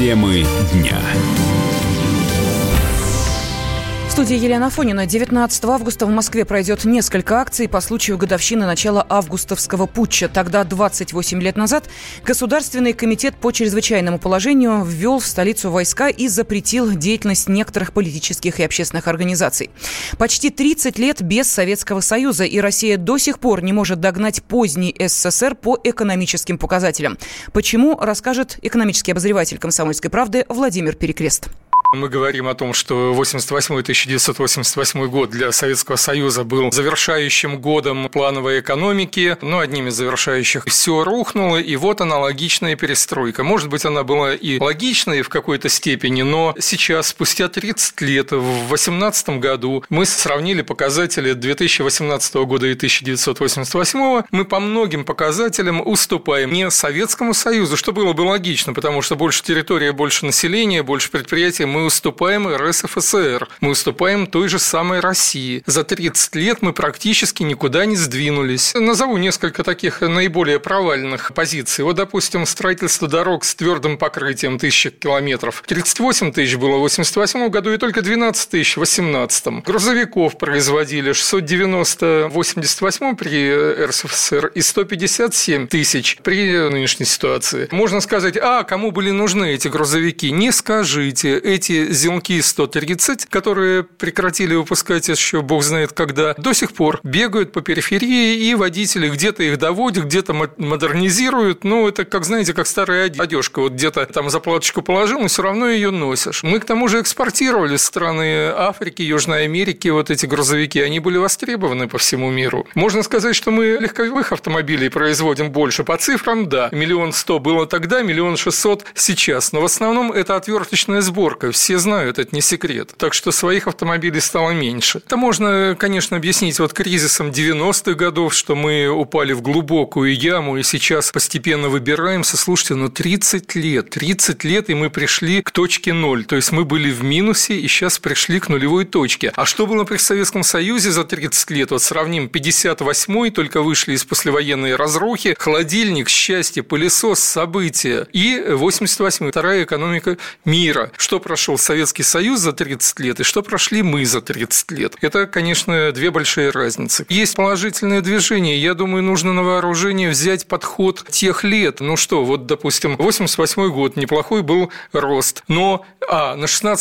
Темы дня. В студии Елена Афонина. 19 августа в Москве пройдет несколько акций по случаю годовщины начала августовского путча. Тогда, 28 лет назад, Государственный комитет по чрезвычайному положению ввел в столицу войска и запретил деятельность некоторых политических и общественных организаций. Почти 30 лет без Советского Союза, и Россия до сих пор не может догнать поздний СССР по экономическим показателям. Почему, расскажет экономический обозреватель «Комсомольской правды» Владимир Перекрест. Мы говорим о том, что 1988 год для Советского Союза был завершающим годом плановой экономики, но одним из завершающих. Все рухнуло, и вот аналогичная перестройка. Может быть, она была и логичной в какой-то степени, но сейчас, спустя 30 лет, в 2018 году, мы сравнили показатели 2018 года и 1988, мы по многим показателям уступаем не Советскому Союзу, что было бы логично, потому что больше территория, больше населения, больше предприятий, мы уступаем РСФСР, мы уступаем той же самой России. За 30 лет мы практически никуда не сдвинулись. Назову несколько таких наиболее провальных позиций. Вот, допустим, строительство дорог с твердым покрытием 1000 километров. 38 тысяч было в 1988 году и только 12 тысяч в 2018. Грузовиков производили 690 в 1988 при РСФСР и 157 тысяч при нынешней ситуации. Можно сказать, кому были нужны эти грузовики? Не скажите. Эти зилки 130, которые прекратили выпускать еще бог знает когда, до сих пор бегают по периферии, и водители где-то их доводят, где-то модернизируют. Это, как знаете, как старая одежка. Вот где-то там заплаточку положил, но все равно ее носишь. Мы к тому же экспортировали в страны Африки, Южной Америки вот эти грузовики. Они были востребованы по всему миру. Можно сказать, что мы легковых автомобилей производим больше. По цифрам, да. 1 100 000 было тогда, 1 600 000 сейчас. Но в основном это отверточная сборка. Все знают, это не секрет. Так что своих автомобилей стало меньше. Это можно, конечно, объяснить кризисом 90-х годов, что мы упали в глубокую яму и сейчас постепенно выбираемся. Слушайте, 30 лет, и мы пришли к точке ноль. То есть мы были в минусе и сейчас пришли к нулевой точке. А что было при Советском Союзе за 30 лет? Вот сравним 58-й, только вышли из послевоенной разрухи, холодильник, счастье, пылесос, события, и 88-й, вторая экономика мира. Что прошел Советский Союз за 30 лет и что прошли мы за 30 лет. Это, конечно, две большие разницы. Есть положительное движение. Я думаю, нужно на вооружение взять подход тех лет. Допустим, 88 год, неплохой был рост. Но на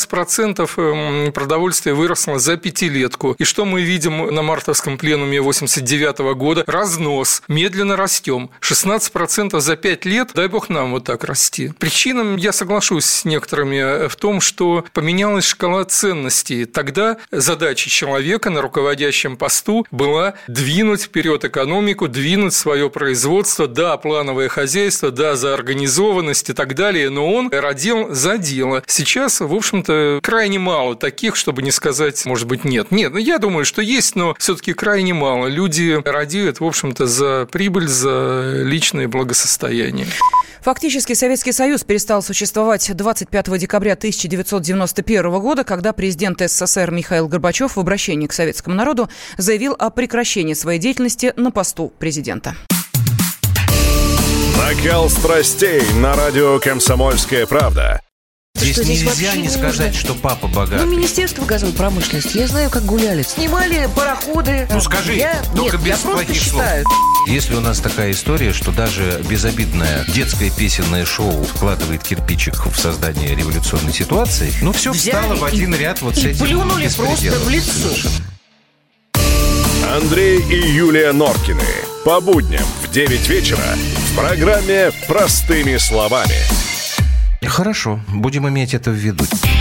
16% продовольствие выросло за пятилетку. И что мы видим на мартовском пленуме 89 года? Разнос. Медленно растем. 16% за 5 лет, дай бог нам вот так расти. Причинам я соглашусь с некоторыми в том, что поменялась шкала ценностей. Тогда задача человека на руководящем посту была двинуть вперед экономику, двинуть свое производство, да, плановое хозяйство, да, за организованность и так далее, но он родил за дело. Сейчас, в общем-то, крайне мало таких, чтобы не сказать, может быть, нет. Я думаю, что есть, но все-таки крайне мало. Люди радеют, в общем-то, за прибыль, за личное благосостояние. Фактически Советский Союз перестал существовать 25 декабря 1991 года, когда президент СССР Михаил Горбачев в обращении к советскому народу заявил о прекращении своей деятельности на посту президента. Накал страстей на радио «Комсомольская правда». Здесь нельзя не сказать, что папа богатый. Министерство газовой промышленности, я знаю, как гуляли. Снимали пароходы. Скажи, только без плохих слов. Если у нас такая история, что даже безобидное детское песенное шоу вкладывает кирпичик в создание революционной ситуации, все встало в один ряд с этим. Плюнули просто в лицо. Андрей и Юлия Норкины. По будням в 9 вечера в программе «Простыми словами». Хорошо, будем иметь это в виду.